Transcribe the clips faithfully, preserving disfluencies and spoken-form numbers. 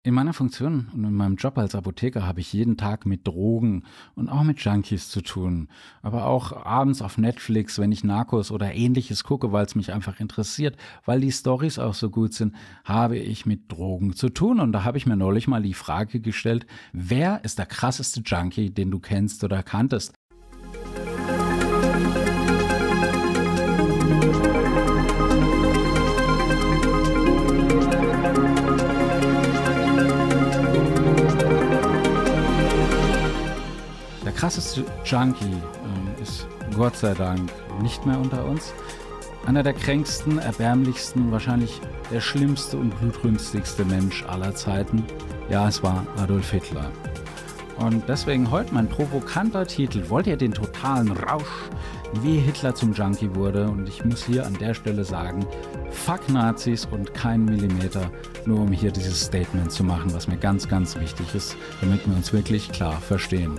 In meiner Funktion und in meinem Job als Apotheker habe ich jeden Tag mit Drogen und auch mit Junkies zu tun. Aber auch abends auf Netflix, wenn ich Narcos oder Ähnliches gucke, weil es mich einfach interessiert, weil die Storys auch so gut sind, habe ich mit Drogen zu tun. Und da habe ich mir neulich mal die Frage gestellt, wer ist der krasseste Junkie, den du kennst oder kanntest? Der krasseste Junkie äh, ist Gott sei Dank nicht mehr unter uns. Einer der kränksten, erbärmlichsten, wahrscheinlich der schlimmste und blutrünstigste Mensch aller Zeiten. Ja, es war Adolf Hitler. Und deswegen heute mein provokanter Titel. Wollt ihr den totalen Rausch, wie Hitler zum Junkie wurde? Und ich muss hier an der Stelle sagen, fuck Nazis und kein Millimeter, nur um hier dieses Statement zu machen, was mir ganz, ganz wichtig ist, damit wir uns wirklich klar verstehen.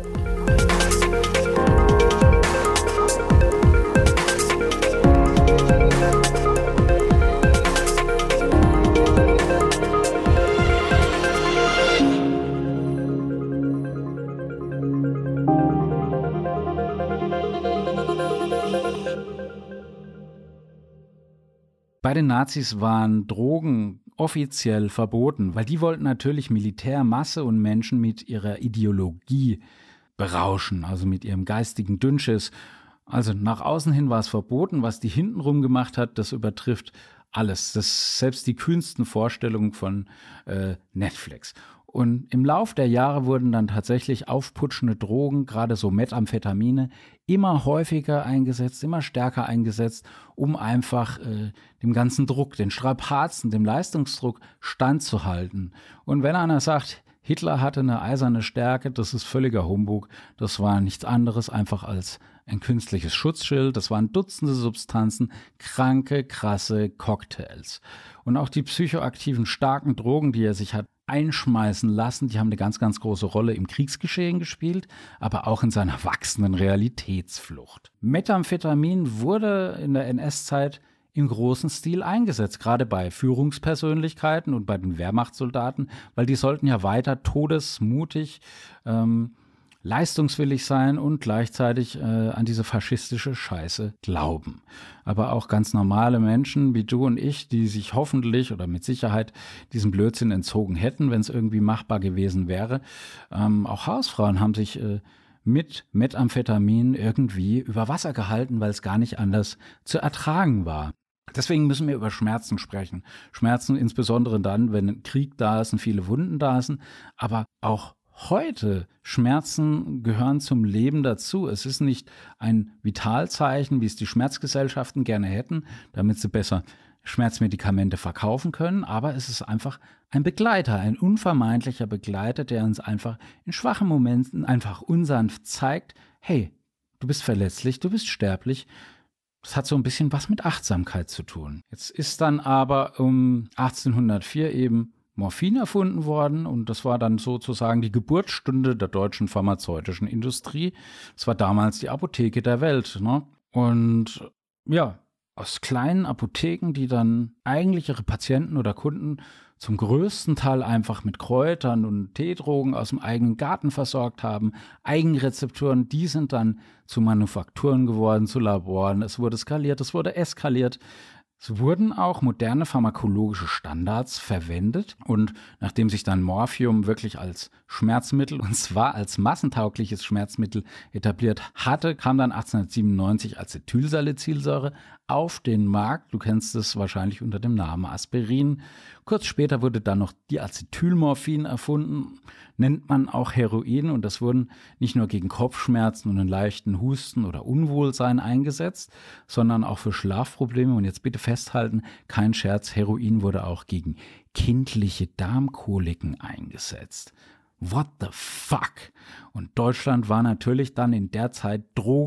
Bei den Nazis waren Drogen offiziell verboten, weil die wollten natürlich Militär, Masse und Menschen mit ihrer Ideologie berauschen, also mit ihrem geistigen Dünnschiss. Also nach außen hin war es verboten, was die hintenrum gemacht hat, das übertrifft alles. Das selbst die kühnsten Vorstellungen von äh, Netflix. Und im Lauf der Jahre wurden dann tatsächlich aufputschende Drogen, gerade so Methamphetamine, immer häufiger eingesetzt, immer stärker eingesetzt, um einfach äh, dem ganzen Druck, den Strapazen, dem Leistungsdruck standzuhalten. Und wenn einer sagt, Hitler hatte eine eiserne Stärke, das ist völliger Humbug, das war nichts anderes einfach als ein künstliches Schutzschild, das waren Dutzende Substanzen, kranke, krasse Cocktails. Und auch die psychoaktiven, starken Drogen, die er sich hat einschmeißen lassen, die haben eine ganz, ganz große Rolle im Kriegsgeschehen gespielt, aber auch in seiner wachsenden Realitätsflucht. Methamphetamin wurde in der N S-Zeit im großen Stil eingesetzt, gerade bei Führungspersönlichkeiten und bei den Wehrmachtssoldaten, weil die sollten ja weiter todesmutig, ähm, leistungswillig sein und gleichzeitig äh, an diese faschistische Scheiße glauben. Aber auch ganz normale Menschen wie du und ich, die sich hoffentlich oder mit Sicherheit diesem Blödsinn entzogen hätten, wenn es irgendwie machbar gewesen wäre. Ähm, auch Hausfrauen haben sich äh, mit Methamphetamin irgendwie über Wasser gehalten, weil es gar nicht anders zu ertragen war. Deswegen müssen wir über Schmerzen sprechen. Schmerzen insbesondere dann, wenn Krieg da ist und viele Wunden da sind, aber auch heute, Schmerzen gehören zum Leben dazu. Es ist nicht ein Vitalzeichen, wie es die Schmerzgesellschaften gerne hätten, damit sie besser Schmerzmedikamente verkaufen können, aber es ist einfach ein Begleiter, ein unvermeidlicher Begleiter, der uns einfach in schwachen Momenten einfach unsanft zeigt, hey, du bist verletzlich, du bist sterblich. Das hat so ein bisschen was mit Achtsamkeit zu tun. Jetzt ist dann aber um achtzehnhundertvier eben Morphin erfunden worden und das war dann sozusagen die Geburtsstunde der deutschen pharmazeutischen Industrie. Das war damals die Apotheke der Welt, ne? Und ja, aus kleinen Apotheken, die dann eigentlich ihre Patienten oder Kunden zum größten Teil einfach mit Kräutern und Teedrogen aus dem eigenen Garten versorgt haben, Eigenrezepturen, die sind dann zu Manufakturen geworden, zu Laboren. Es wurde skaliert, es wurde eskaliert. Es wurden auch moderne pharmakologische Standards verwendet und nachdem sich dann Morphium wirklich als Schmerzmittel, und zwar als massentaugliches Schmerzmittel etabliert hatte, kam dann achtzehnhundertsiebenundneunzig Acetylsalicylsäure auf den Markt. Du kennst es wahrscheinlich unter dem Namen Aspirin. Kurz später wurde dann noch Diacetylmorphin erfunden, nennt man auch Heroin und das wurden nicht nur gegen Kopfschmerzen und einen leichten Husten oder Unwohlsein eingesetzt, sondern auch für Schlafprobleme. Und jetzt bitte festhalten, kein Scherz, Heroin wurde auch gegen kindliche Darmkoliken eingesetzt. What the fuck? Und Deutschland war natürlich dann in der Zeit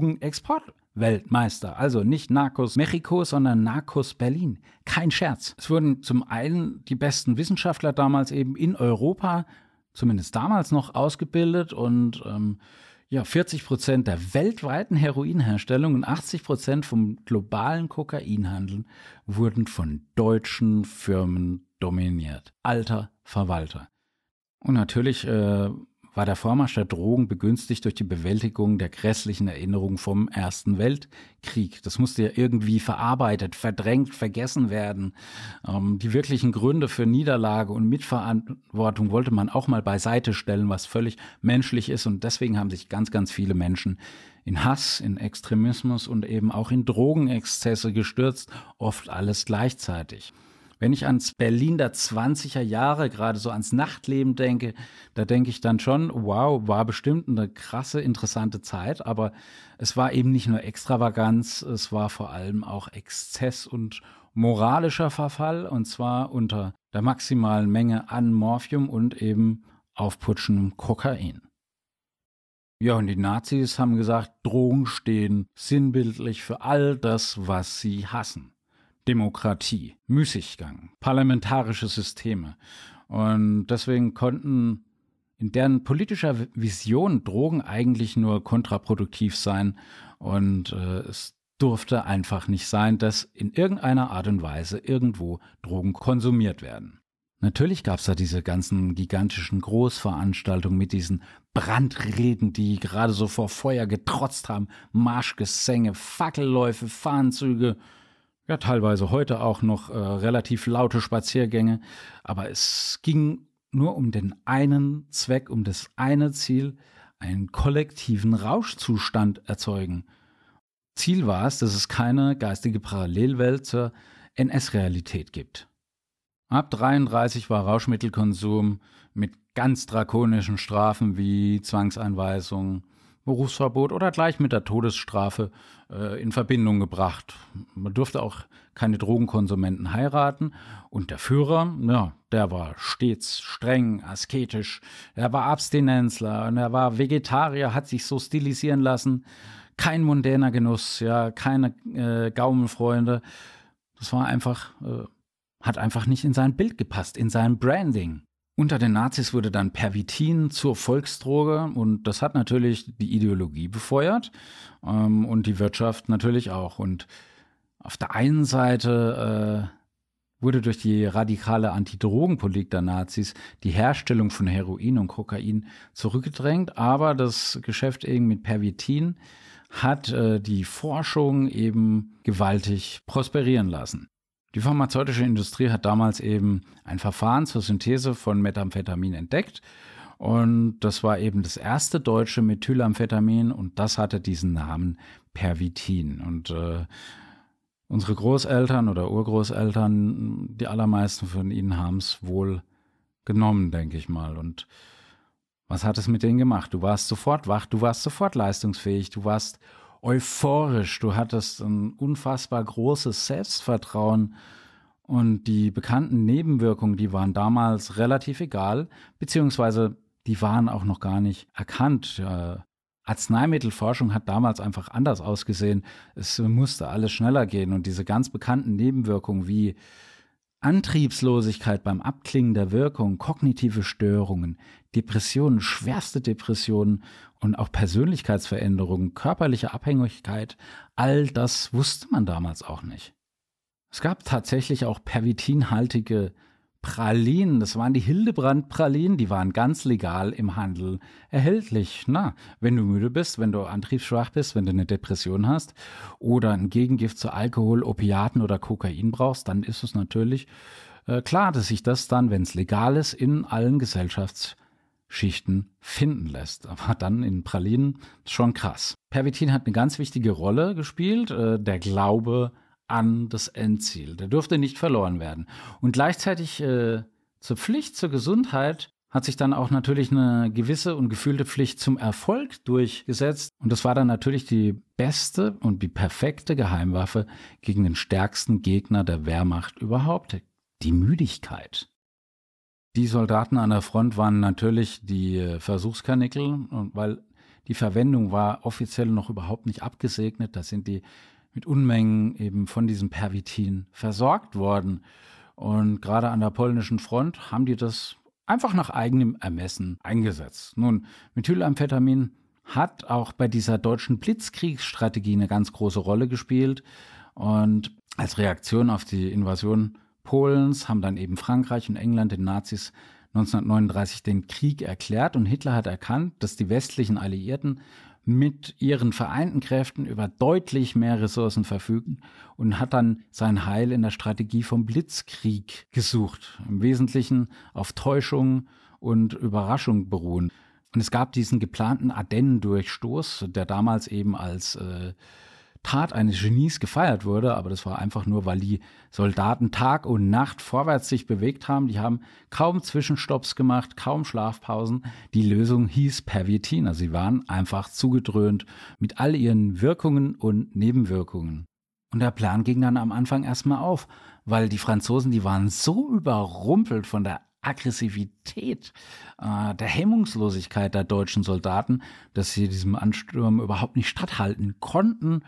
Drogenexportweltmeister. Also nicht Narcos Mexiko, sondern Narcos Berlin. Kein Scherz. Es wurden zum einen die besten Wissenschaftler damals eben in Europa, zumindest damals noch, ausgebildet und ähm, ja, vierzig Prozent der weltweiten Heroinherstellung und achtzig Prozent vom globalen Kokainhandel wurden von deutschen Firmen dominiert. Alter Verwalter. Und natürlich äh, war der Vormarsch der Drogen begünstigt durch die Bewältigung der grässlichen Erinnerungen vom Ersten Weltkrieg. Das musste ja irgendwie verarbeitet, verdrängt, vergessen werden. Ähm, die wirklichen Gründe für Niederlage und Mitverantwortung wollte man auch mal beiseite stellen, was völlig menschlich ist. Und deswegen haben sich ganz, ganz viele Menschen in Hass, in Extremismus und eben auch in Drogenexzesse gestürzt, oft alles gleichzeitig. Wenn ich ans Berlin der zwanziger Jahre, gerade so ans Nachtleben denke, da denke ich dann schon, wow, war bestimmt eine krasse, interessante Zeit, aber es war eben nicht nur Extravaganz, es war vor allem auch Exzess und moralischer Verfall, und zwar unter der maximalen Menge an Morphium und eben aufputschendem Kokain. Ja, und die Nazis haben gesagt, Drogen stehen sinnbildlich für all das, was sie hassen. Demokratie, Müßiggang, parlamentarische Systeme. Und deswegen konnten in deren politischer Vision Drogen eigentlich nur kontraproduktiv sein. Und äh, es durfte einfach nicht sein, dass in irgendeiner Art und Weise irgendwo Drogen konsumiert werden. Natürlich gab es da diese ganzen gigantischen Großveranstaltungen mit diesen Brandreden, die gerade so vor Feuer getrotzt haben, Marschgesänge, Fackelläufe, Fahnenzüge, ja, teilweise heute auch noch äh, relativ laute Spaziergänge, aber es ging nur um den einen Zweck, um das eine Ziel, einen kollektiven Rauschzustand erzeugen. Ziel war es, dass es keine geistige Parallelwelt zur N S-Realität gibt. Ab dreiunddreißig war Rauschmittelkonsum mit ganz drakonischen Strafen wie Zwangseinweisung, Berufsverbot oder gleich mit der Todesstrafe äh, in Verbindung gebracht. Man durfte auch keine Drogenkonsumenten heiraten. Und der Führer, ja, der war stets streng, asketisch. Er war Abstinenzler und er war Vegetarier, hat sich so stilisieren lassen. Kein mundäner Genuss, ja, keine äh, Gaumenfreunde. Das war einfach, äh, hat einfach nicht in sein Bild gepasst, in sein Branding. Unter den Nazis wurde dann Pervitin zur Volksdroge und das hat natürlich die Ideologie befeuert ähm, und die Wirtschaft natürlich auch. Und auf der einen Seite äh, wurde durch die radikale Antidrogenpolitik der Nazis die Herstellung von Heroin und Kokain zurückgedrängt, aber das Geschäft eben mit Pervitin hat äh, die Forschung eben gewaltig prosperieren lassen. Die pharmazeutische Industrie hat damals eben ein Verfahren zur Synthese von Methamphetamin entdeckt und das war eben das erste deutsche Methylamphetamin und das hatte diesen Namen Pervitin. Und äh, unsere Großeltern oder Urgroßeltern, die allermeisten von ihnen haben es wohl genommen, denke ich mal. Und was hat es mit denen gemacht? Du warst sofort wach, du warst sofort leistungsfähig, du warst euphorisch, du hattest ein unfassbar großes Selbstvertrauen und die bekannten Nebenwirkungen, die waren damals relativ egal, beziehungsweise die waren auch noch gar nicht erkannt. Ja, Arzneimittelforschung hat damals einfach anders ausgesehen. Es musste alles schneller gehen und diese ganz bekannten Nebenwirkungen wie Antriebslosigkeit beim Abklingen der Wirkung, kognitive Störungen, Depressionen, schwerste Depressionen und auch Persönlichkeitsveränderungen, körperliche Abhängigkeit, all das wusste man damals auch nicht. Es gab tatsächlich auch pervitinhaltige Pralinen, das waren die Hildebrand-Pralinen, die waren ganz legal im Handel erhältlich. Na, wenn du müde bist, wenn du antriebsschwach bist, wenn du eine Depression hast oder ein Gegengift zu Alkohol, Opiaten oder Kokain brauchst, dann ist es natürlich äh, klar, dass sich das dann, wenn es legal ist, in allen Gesellschaftsschichten finden lässt. Aber dann in Pralinen ist schon krass. Pervitin hat eine ganz wichtige Rolle gespielt, äh, der Glaube an das Endziel. Der durfte nicht verloren werden. Und gleichzeitig äh, zur Pflicht zur Gesundheit hat sich dann auch natürlich eine gewisse und gefühlte Pflicht zum Erfolg durchgesetzt. Und das war dann natürlich die beste und die perfekte Geheimwaffe gegen den stärksten Gegner der Wehrmacht überhaupt, die Müdigkeit. Die Soldaten an der Front waren natürlich die Versuchskanickel, weil die Verwendung war offiziell noch überhaupt nicht abgesegnet. Da sind die mit Unmengen eben von diesem Pervitin versorgt worden. Und gerade an der polnischen Front haben die das einfach nach eigenem Ermessen eingesetzt. Nun, Methylamphetamin hat auch bei dieser deutschen Blitzkriegsstrategie eine ganz große Rolle gespielt. Und als Reaktion auf die Invasion Polens haben dann eben Frankreich und England den Nazis neunzehnhundertneununddreißig den Krieg erklärt und Hitler hat erkannt, dass die westlichen Alliierten mit ihren vereinten Kräften über deutlich mehr Ressourcen verfügen und hat dann sein Heil in der Strategie vom Blitzkrieg gesucht. Im Wesentlichen auf Täuschung und Überraschung beruhen. Und es gab diesen geplanten Ardennendurchstoß, der damals eben als äh, Tat eines Genies gefeiert wurde, aber das war einfach nur, weil die Soldaten Tag und Nacht vorwärts sich bewegt haben. Die haben kaum Zwischenstopps gemacht, kaum Schlafpausen. Die Lösung hieß Pervitin, also sie waren einfach zugedröhnt mit all ihren Wirkungen und Nebenwirkungen. Und der Plan ging dann am Anfang erstmal auf, weil die Franzosen, die waren so überrumpelt von der Aggressivität, äh, der Hemmungslosigkeit der deutschen Soldaten, dass sie diesem Ansturm überhaupt nicht statthalten konnten.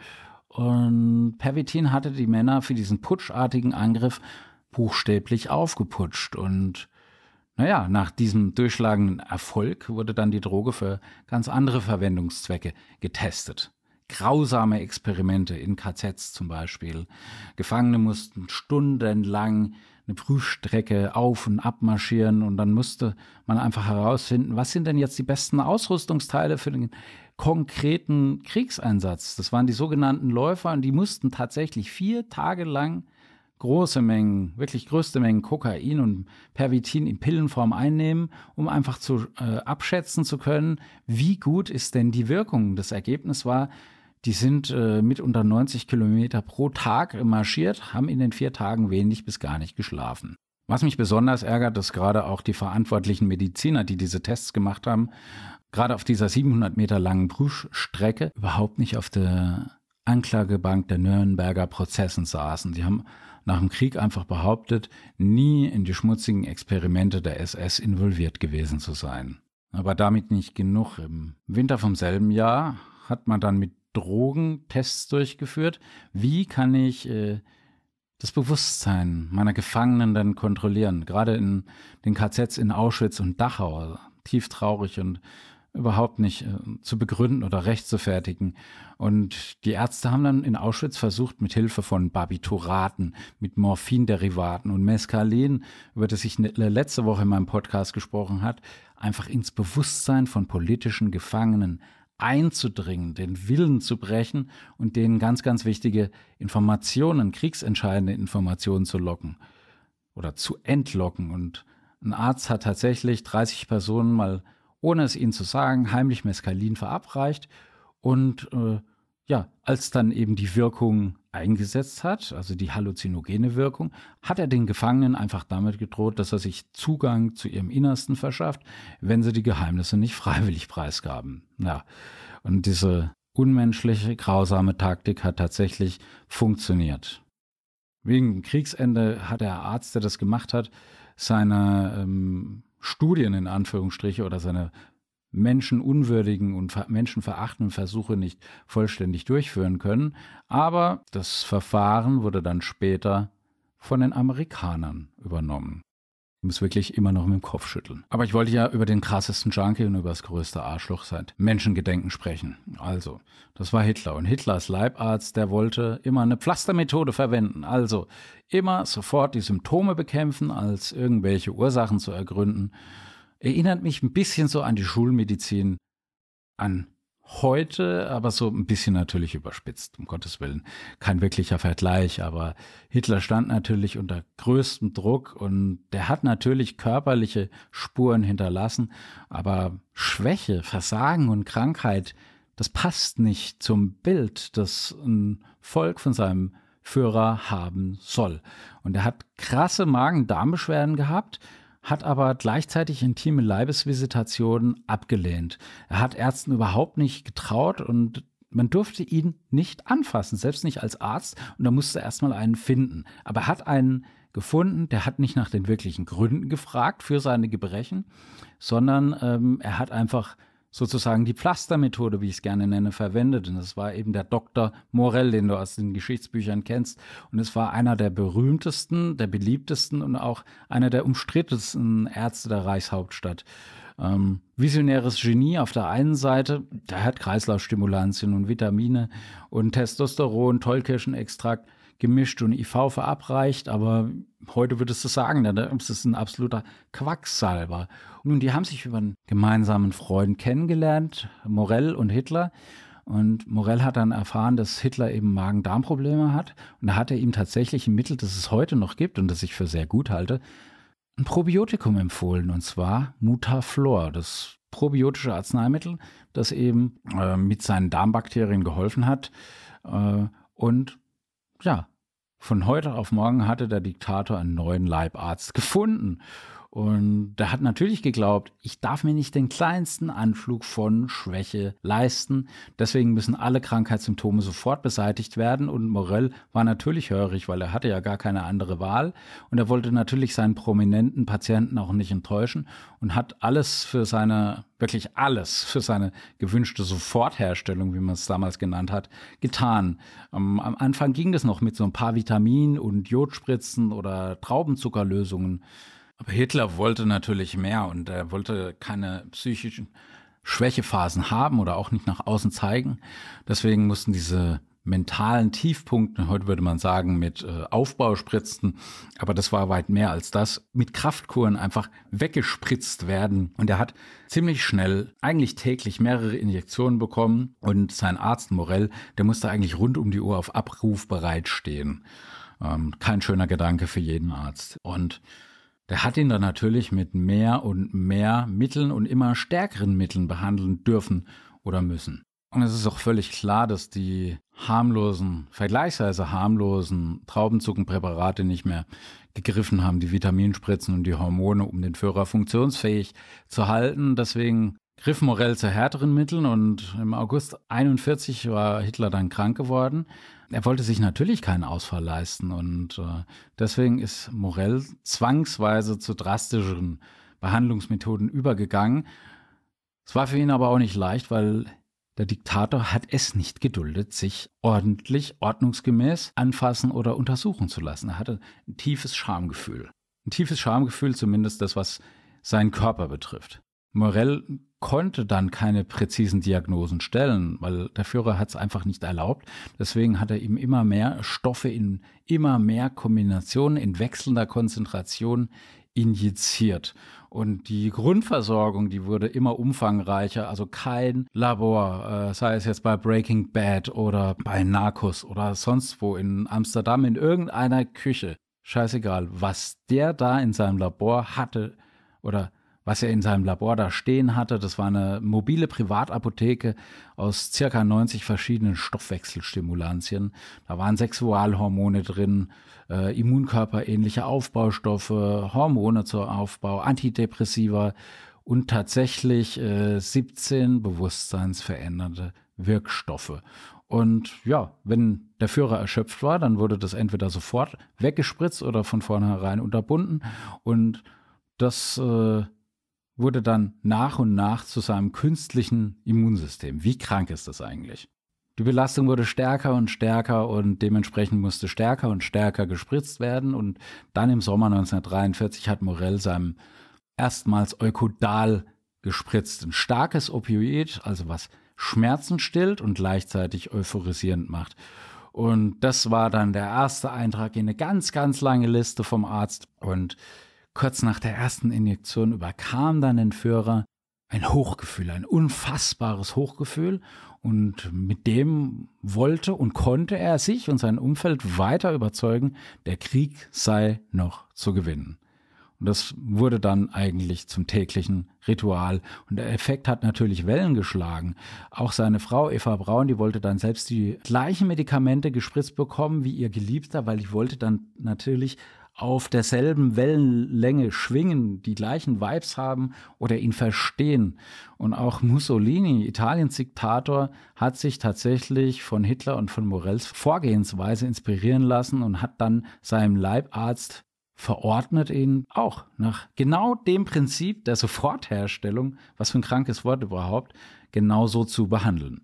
Und Pervitin hatte die Männer für diesen putschartigen Angriff buchstäblich aufgeputscht. Und naja, nach diesem durchschlagenden Erfolg wurde dann die Droge für ganz andere Verwendungszwecke getestet. Grausame Experimente in K Zs zum Beispiel. Gefangene mussten stundenlang eine Prüfstrecke auf- und abmarschieren und dann musste man einfach herausfinden, was sind denn jetzt die besten Ausrüstungsteile für den konkreten Kriegseinsatz. Das waren die sogenannten Läufer und die mussten tatsächlich vier Tage lang große Mengen, wirklich größte Mengen Kokain und Pervitin in Pillenform einnehmen, um einfach zu äh, abschätzen zu können, wie gut ist denn die Wirkung. Das Ergebnis war, die sind äh, mit unter neunzig Kilometer pro Tag marschiert, haben in den vier Tagen wenig bis gar nicht geschlafen. Was mich besonders ärgert, ist gerade auch die verantwortlichen Mediziner, die diese Tests gemacht haben, gerade auf dieser siebenhundert Meter langen Prüfstrecke überhaupt nicht auf der Anklagebank der Nürnberger Prozessen saßen. Sie haben nach dem Krieg einfach behauptet, nie in die schmutzigen Experimente der S S involviert gewesen zu sein. Aber damit nicht genug. Im Winter vom selben Jahr hat man dann mit Drogentests durchgeführt. Wie kann ich äh, das Bewusstsein meiner Gefangenen dann kontrollieren? Gerade in den K Zs in Auschwitz und Dachau, tief traurig und überhaupt nicht äh, zu begründen oder rechtfertigen. Und die Ärzte haben dann in Auschwitz versucht, mit Hilfe von Barbituraten, mit Morphinderivaten und Mescalin, über das ich ne, letzte Woche in meinem Podcast gesprochen habe, einfach ins Bewusstsein von politischen Gefangenen einzudringen, den Willen zu brechen und denen ganz, ganz wichtige Informationen, kriegsentscheidende Informationen zu locken oder zu entlocken. Und ein Arzt hat tatsächlich dreißig Personen mal, ohne es ihnen zu sagen, heimlich Mescalin verabreicht und äh, ja, als dann eben die Wirkung eingesetzt hat, also die halluzinogene Wirkung, hat er den Gefangenen einfach damit gedroht, dass er sich Zugang zu ihrem Innersten verschafft, wenn sie die Geheimnisse nicht freiwillig preisgaben. Ja, und diese unmenschliche, grausame Taktik hat tatsächlich funktioniert. Wegen dem Kriegsende hat der Arzt, der das gemacht hat, seine ähm, Studien in Anführungsstriche oder seine menschenunwürdigen und menschenverachtenden Versuche nicht vollständig durchführen können. Aber das Verfahren wurde dann später von den Amerikanern übernommen. Ich muss wirklich immer noch mit dem Kopf schütteln. Aber ich wollte ja über den krassesten Junkie und über das größte Arschloch seit Menschengedenken sprechen. Also, das war Hitler. Und Hitler als Leibarzt, der wollte immer eine Pflastermethode verwenden. Also immer sofort die Symptome bekämpfen, als irgendwelche Ursachen zu ergründen. Erinnert mich ein bisschen so an die Schulmedizin an heute, aber so ein bisschen natürlich überspitzt, um Gottes Willen. Kein wirklicher Vergleich, aber Hitler stand natürlich unter größtem Druck und der hat natürlich körperliche Spuren hinterlassen, aber Schwäche, Versagen und Krankheit, das passt nicht zum Bild, das ein Volk von seinem Führer haben soll. Und er hat krasse Magen-Darm-Beschwerden gehabt, hat aber gleichzeitig intime Leibesvisitationen abgelehnt. Er hat Ärzten überhaupt nicht getraut und man durfte ihn nicht anfassen, selbst nicht als Arzt. Und da musste erstmal einen finden. Aber er hat einen gefunden, der hat nicht nach den wirklichen Gründen gefragt für seine Gebrechen, sondern ähm, er hat einfach sozusagen die Pflastermethode, wie ich es gerne nenne, verwendet. Und das war eben der Doktor Morell, den du aus den Geschichtsbüchern kennst. Und es war einer der berühmtesten, der beliebtesten und auch einer der umstrittensten Ärzte der Reichshauptstadt. Ähm, visionäres Genie auf der einen Seite, der hat Kreislaufstimulantien und Vitamine und Testosteron, Tollkirschenextrakt gemischt und I V verabreicht, aber heute würdest du sagen, das ist ein absoluter Quacksalber. Nun, die haben sich über einen gemeinsamen Freund kennengelernt, Morell und Hitler. Und Morell hat dann erfahren, dass Hitler eben Magen-Darm-Probleme hat. Und da hat er ihm tatsächlich ein Mittel, das es heute noch gibt und das ich für sehr gut halte, ein Probiotikum empfohlen, und zwar Mutaflor, das probiotische Arzneimittel, das eben äh, mit seinen Darmbakterien geholfen hat. Äh, und ja, von heute auf morgen hatte der Diktator einen neuen Leibarzt gefunden. Und der hat natürlich geglaubt, ich darf mir nicht den kleinsten Anflug von Schwäche leisten. Deswegen müssen alle Krankheitssymptome sofort beseitigt werden. Und Morell war natürlich hörig, weil er hatte ja gar keine andere Wahl. Und er wollte natürlich seinen prominenten Patienten auch nicht enttäuschen und hat alles für seine, wirklich alles für seine gewünschte Sofortherstellung, wie man es damals genannt hat, getan. Am, am Anfang ging das noch mit so ein paar Vitamin- und Jodspritzen oder Traubenzuckerlösungen. Aber Hitler wollte natürlich mehr und er wollte keine psychischen Schwächephasen haben oder auch nicht nach außen zeigen. Deswegen mussten diese mentalen Tiefpunkte, heute würde man sagen, mit äh, Aufbauspritzen, aber das war weit mehr als das, mit Kraftkuren einfach weggespritzt werden. Und er hat ziemlich schnell, eigentlich täglich mehrere Injektionen bekommen und sein Arzt Morell, der musste eigentlich rund um die Uhr auf Abruf bereitstehen. Ähm, kein schöner Gedanke für jeden Arzt. Und der hat ihn dann natürlich mit mehr und mehr Mitteln und immer stärkeren Mitteln behandeln dürfen oder müssen. Und es ist auch völlig klar, dass die harmlosen, vergleichsweise harmlosen Traubenzuckenpräparate nicht mehr gegriffen haben, die Vitaminspritzen und die Hormone, um den Führer funktionsfähig zu halten. Deswegen griff Morell zu härteren Mitteln und im August einundvierzig war Hitler dann krank geworden. Er wollte sich natürlich keinen Ausfall leisten und äh, deswegen ist Morell zwangsweise zu drastischeren Behandlungsmethoden übergegangen. Es war für ihn aber auch nicht leicht, weil der Diktator hat es nicht geduldet, sich ordentlich, ordnungsgemäß anfassen oder untersuchen zu lassen. Er hatte ein tiefes Schamgefühl. Ein tiefes Schamgefühl, zumindest das, was seinen Körper betrifft. Morell konnte dann keine präzisen Diagnosen stellen, weil der Führer hat es einfach nicht erlaubt. Deswegen hat er ihm immer mehr Stoffe in immer mehr Kombinationen in wechselnder Konzentration injiziert. Und die Grundversorgung, die wurde immer umfangreicher. Also kein Labor, äh, sei es jetzt bei Breaking Bad oder bei Narcos oder sonst wo in Amsterdam in irgendeiner Küche, scheißegal, was der da in seinem Labor hatte oder was er in seinem Labor da stehen hatte, das war eine mobile Privatapotheke aus circa neunzig verschiedenen Stoffwechselstimulantien. Da waren Sexualhormone drin, äh, immunkörperähnliche Aufbaustoffe, Hormone zur Aufbau, Antidepressiva und tatsächlich äh, siebzehn bewusstseinsverändernde Wirkstoffe. Und ja, wenn der Führer erschöpft war, dann wurde das entweder sofort weggespritzt oder von vornherein unterbunden. Und das äh, wurde dann nach und nach zu seinem künstlichen Immunsystem. Wie krank ist das eigentlich? Die Belastung wurde stärker und stärker und dementsprechend musste stärker und stärker gespritzt werden. Und dann im Sommer neunzehnhundertdreiundvierzig hat Morell seinem erstmals Eukodal gespritzt. Ein starkes Opioid, also was Schmerzen stillt und gleichzeitig euphorisierend macht. Und das war dann der erste Eintrag in eine ganz, ganz lange Liste vom Arzt. Und kurz nach der ersten Injektion überkam dann den Führer ein Hochgefühl, ein unfassbares Hochgefühl. Und mit dem wollte und konnte er sich und sein Umfeld weiter überzeugen, der Krieg sei noch zu gewinnen. Und das wurde dann eigentlich zum täglichen Ritual. Und der Effekt hat natürlich Wellen geschlagen. Auch seine Frau Eva Braun, die wollte dann selbst die gleichen Medikamente gespritzt bekommen wie ihr Geliebter, weil die wollte dann natürlich auf derselben Wellenlänge schwingen, die gleichen Vibes haben oder ihn verstehen. Und auch Mussolini, Italiens Diktator, hat sich tatsächlich von Hitler und von Morells Vorgehensweise inspirieren lassen und hat dann seinem Leibarzt verordnet, ihn auch nach genau dem Prinzip der Sofortherstellung, was für ein krankes Wort überhaupt, genauso zu behandeln.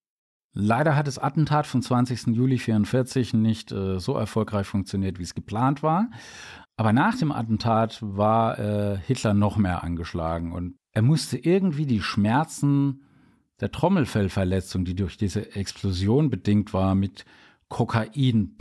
Leider hat das Attentat vom zwanzigsten Juli neunzehnhundertvierundvierzig nicht äh, so erfolgreich funktioniert, wie es geplant war. Aber nach dem Attentat war äh, Hitler noch mehr angeschlagen und er musste irgendwie die Schmerzen der Trommelfellverletzung, die durch diese Explosion bedingt war, mit Kokain dann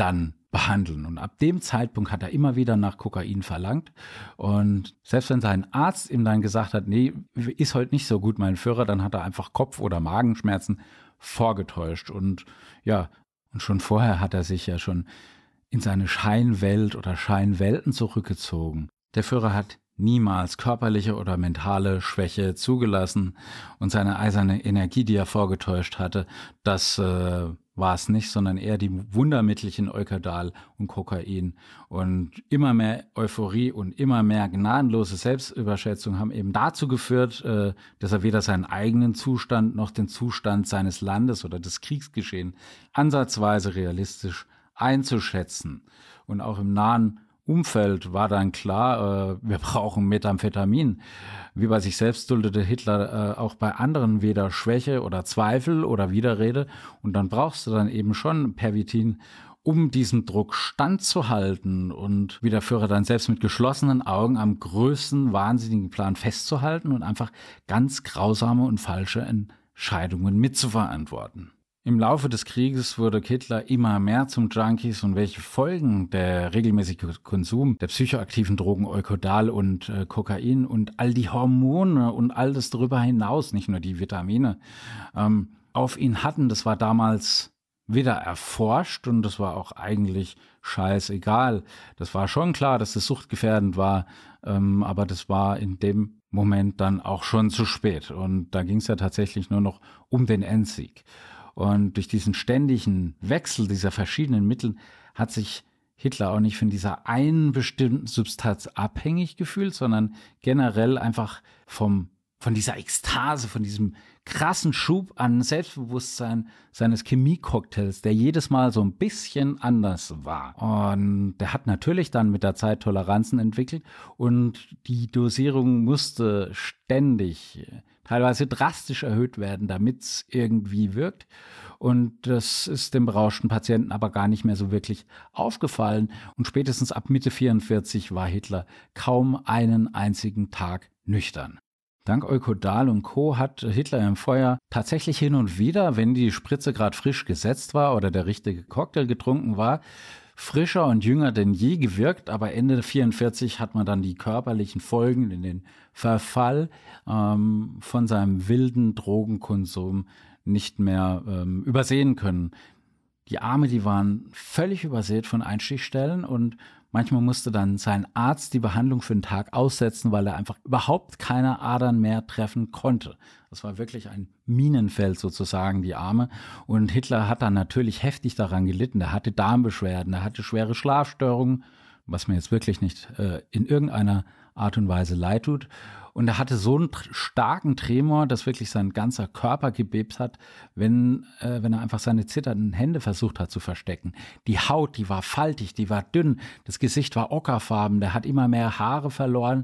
behandeln. Und ab dem Zeitpunkt hat er immer wieder nach Kokain verlangt. Und selbst wenn sein Arzt ihm dann gesagt hat, nee, ist heute nicht so gut, mein Führer, dann hat er einfach Kopf- oder Magenschmerzen vorgetäuscht. Und ja, und schon vorher hat er sich ja schon in seine Scheinwelt oder Scheinwelten zurückgezogen. Der Führer hat niemals körperliche oder mentale Schwäche zugelassen und seine eiserne Energie, die er vorgetäuscht hatte, das äh, war es nicht, sondern eher die Wundermittelchen Eukodal und Kokain. Und immer mehr Euphorie und immer mehr gnadenlose Selbstüberschätzung haben eben dazu geführt, äh, dass er weder seinen eigenen Zustand noch den Zustand seines Landes oder des Kriegsgeschehens ansatzweise realistisch einzuschätzen. Und auch im nahen Umfeld war dann klar, äh, wir brauchen Methamphetamin. Wie bei sich selbst duldete Hitler äh, auch bei anderen weder Schwäche oder Zweifel oder Widerrede. Und dann brauchst du dann eben schon Pervitin, um diesem Druck standzuhalten und wie der Führer dann selbst mit geschlossenen Augen am größten wahnsinnigen Plan festzuhalten und einfach ganz grausame und falsche Entscheidungen mitzuverantworten. Im Laufe des Krieges wurde Hitler immer mehr zum Junkies und welche Folgen der regelmäßige Konsum der psychoaktiven Drogen Eukodal und äh, Kokain und all die Hormone und all das darüber hinaus, nicht nur die Vitamine, ähm, auf ihn hatten, das war damals weder erforscht und das war auch eigentlich scheißegal. Das war schon klar, dass das suchtgefährdend war, ähm, aber das war in dem Moment dann auch schon zu spät. Und da ging es ja tatsächlich nur noch um den Endsieg. Und durch diesen ständigen Wechsel dieser verschiedenen Mittel hat sich Hitler auch nicht von dieser einen bestimmten Substanz abhängig gefühlt, sondern generell einfach vom, von dieser Ekstase, von diesem krassen Schub an Selbstbewusstsein seines Chemiecocktails, der jedes Mal so ein bisschen anders war. Und der hat natürlich dann mit der Zeit Toleranzen entwickelt und die Dosierung musste ständig, teilweise drastisch erhöht werden, damit es irgendwie wirkt. Und das ist dem berauschten Patienten aber gar nicht mehr so wirklich aufgefallen. Und spätestens ab Mitte vierundvierzig war Hitler kaum einen einzigen Tag nüchtern. Dank Eukodal und Co. hat Hitler im Feuer tatsächlich hin und wieder, wenn die Spritze gerade frisch gesetzt war oder der richtige Cocktail getrunken war, frischer und jünger denn je gewirkt, aber Ende vierundvierzig hat man dann die körperlichen Folgen in den Verfall ähm, von seinem wilden Drogenkonsum nicht mehr ähm, übersehen können. Die Arme, die waren völlig übersät von Einstichstellen und manchmal musste dann sein Arzt die Behandlung für einen Tag aussetzen, weil er einfach überhaupt keine Adern mehr treffen konnte. Das war wirklich ein Minenfeld sozusagen, die Arme. Und Hitler hat dann natürlich heftig daran gelitten. Er hatte Darmbeschwerden, er hatte schwere Schlafstörungen, was mir jetzt wirklich nicht äh, in irgendeiner Art und Weise leid tut. Und er hatte so einen starken Tremor, dass wirklich sein ganzer Körper gebebt hat, wenn, äh, wenn er einfach seine zitternden Hände versucht hat zu verstecken. Die Haut, die war faltig, die war dünn, das Gesicht war ockerfarben, der hat immer mehr Haare verloren.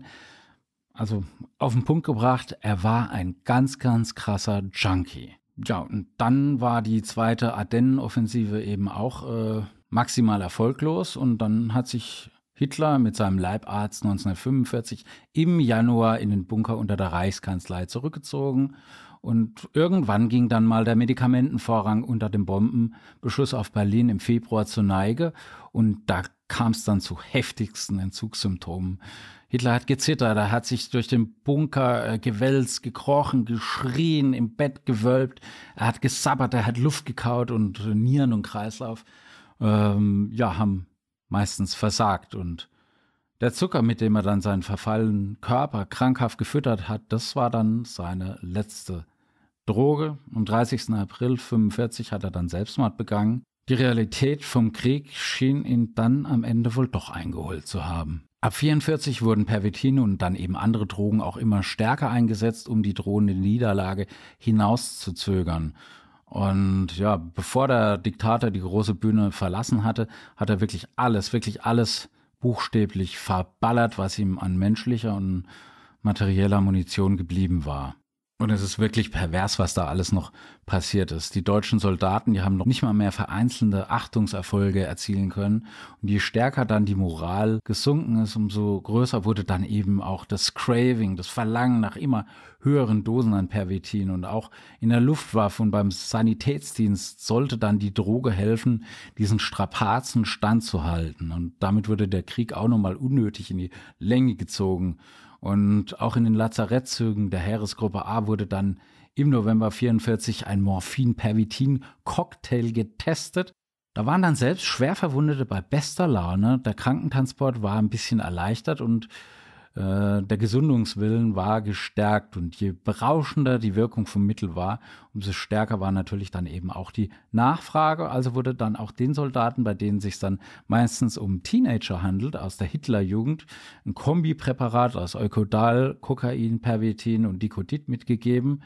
Also auf den Punkt gebracht, er war ein ganz, ganz krasser Junkie. Ja, und dann war die zweite Ardennenoffensive eben auch äh, maximal erfolglos und dann hat sich Hitler mit seinem Leibarzt neunzehnhundertfünfundvierzig im Januar in den Bunker unter der Reichskanzlei zurückgezogen. Und irgendwann ging dann mal der Medikamentenvorrang unter dem Bombenbeschuss auf Berlin im Februar zur Neige. Und da kam es dann zu heftigsten Entzugssymptomen. Hitler hat gezittert, er hat sich durch den Bunker äh, gewälzt, gekrochen, geschrien, im Bett gewölbt. Er hat gesabbert, er hat Luft gekaut und äh, Nieren und Kreislauf ähm, ja, haben meistens versagt. Und der Zucker, mit dem er dann seinen verfallenen Körper krankhaft gefüttert hat, das war dann seine letzte Droge. Am dreißigsten April neunzehnhundertfünfundvierzig hat er dann Selbstmord begangen. Die Realität vom Krieg schien ihn dann am Ende wohl doch eingeholt zu haben. Ab neunzehnhundertvierundvierzig wurden Pervitin und dann eben andere Drogen auch immer stärker eingesetzt, um die drohende Niederlage hinauszuzögern. Und ja, bevor der Diktator die große Bühne verlassen hatte, hat er wirklich alles, wirklich alles buchstäblich verballert, was ihm an menschlicher und materieller Munition geblieben war. Und es ist wirklich pervers, was da alles noch passiert ist. Die deutschen Soldaten, die haben noch nicht mal mehr vereinzelte Achtungserfolge erzielen können. Und je stärker dann die Moral gesunken ist, umso größer wurde dann eben auch das Craving, das Verlangen nach immer höheren Dosen an Pervitin. Und auch in der Luftwaffe und beim Sanitätsdienst sollte dann die Droge helfen, diesen Strapazen standzuhalten. Und damit wurde der Krieg auch nochmal unnötig in die Länge gezogen. Und auch in den Lazarettzügen der Heeresgruppe A wurde dann im November vierundvierzig ein Morphin-Pervitin-Cocktail getestet. Da waren dann selbst Schwerverwundete bei bester Laune. Der Krankentransport war ein bisschen erleichtert und äh, der Gesundungswillen war gestärkt. Und je berauschender die Wirkung vom Mittel war, umso stärker war natürlich dann eben auch die Nachfrage. Also wurde dann auch den Soldaten, bei denen es sich dann meistens um Teenager handelt, aus der Hitlerjugend, ein Kombipräparat aus Eukodal, Kokain, Pervitin und Dikodid mitgegeben.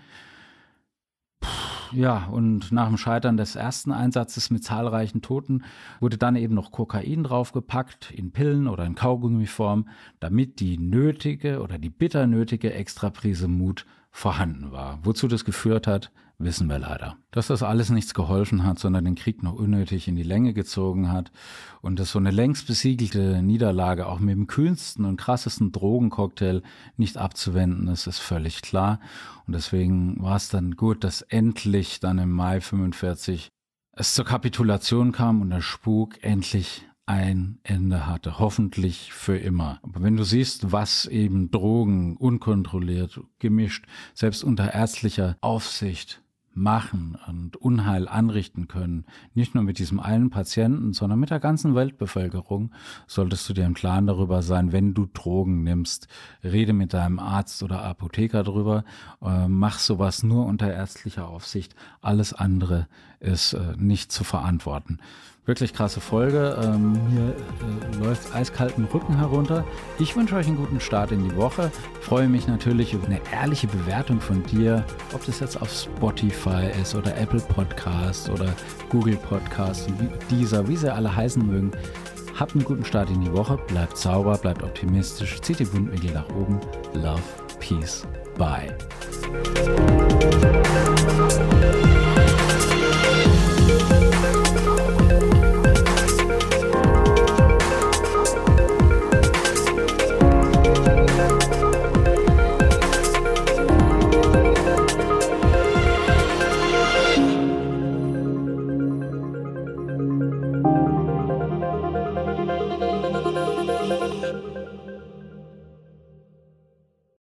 Ja, und nach dem Scheitern des ersten Einsatzes mit zahlreichen Toten wurde dann eben noch Kokain draufgepackt, in Pillen oder in Kaugummiform, damit die nötige oder die bitter nötige Extraprise Mut vorhanden war. Wozu das geführt hat, wissen wir leider. Dass das alles nichts geholfen hat, sondern den Krieg noch unnötig in die Länge gezogen hat und dass so eine längst besiegelte Niederlage auch mit dem kühnsten und krassesten Drogencocktail nicht abzuwenden ist, ist völlig klar. Und deswegen war es dann gut, dass endlich dann im Mai fünfundvierzig es zur Kapitulation kam und der Spuk endlich ein Ende hatte, hoffentlich für immer. Aber wenn du siehst, was eben Drogen unkontrolliert, gemischt, selbst unter ärztlicher Aufsicht machen und Unheil anrichten können, nicht nur mit diesem einen Patienten, sondern mit der ganzen Weltbevölkerung, solltest du dir im Klaren darüber sein, wenn du Drogen nimmst. Rede mit deinem Arzt oder Apotheker drüber, äh, mach sowas nur unter ärztlicher Aufsicht. Alles andere ist äh, nicht zu verantworten. Wirklich krasse Folge. Ähm, mir äh, läuft eiskalten Rücken herunter. Ich wünsche euch einen guten Start in die Woche. Freue mich natürlich über eine ehrliche Bewertung von dir, ob das jetzt auf Spotify ist oder Apple Podcast oder Google Podcast, Deezer, wie sie alle heißen mögen. Habt einen guten Start in die Woche. Bleibt sauber, bleibt optimistisch. Zieht die Wundwinkel nach oben. Love, Peace, Bye.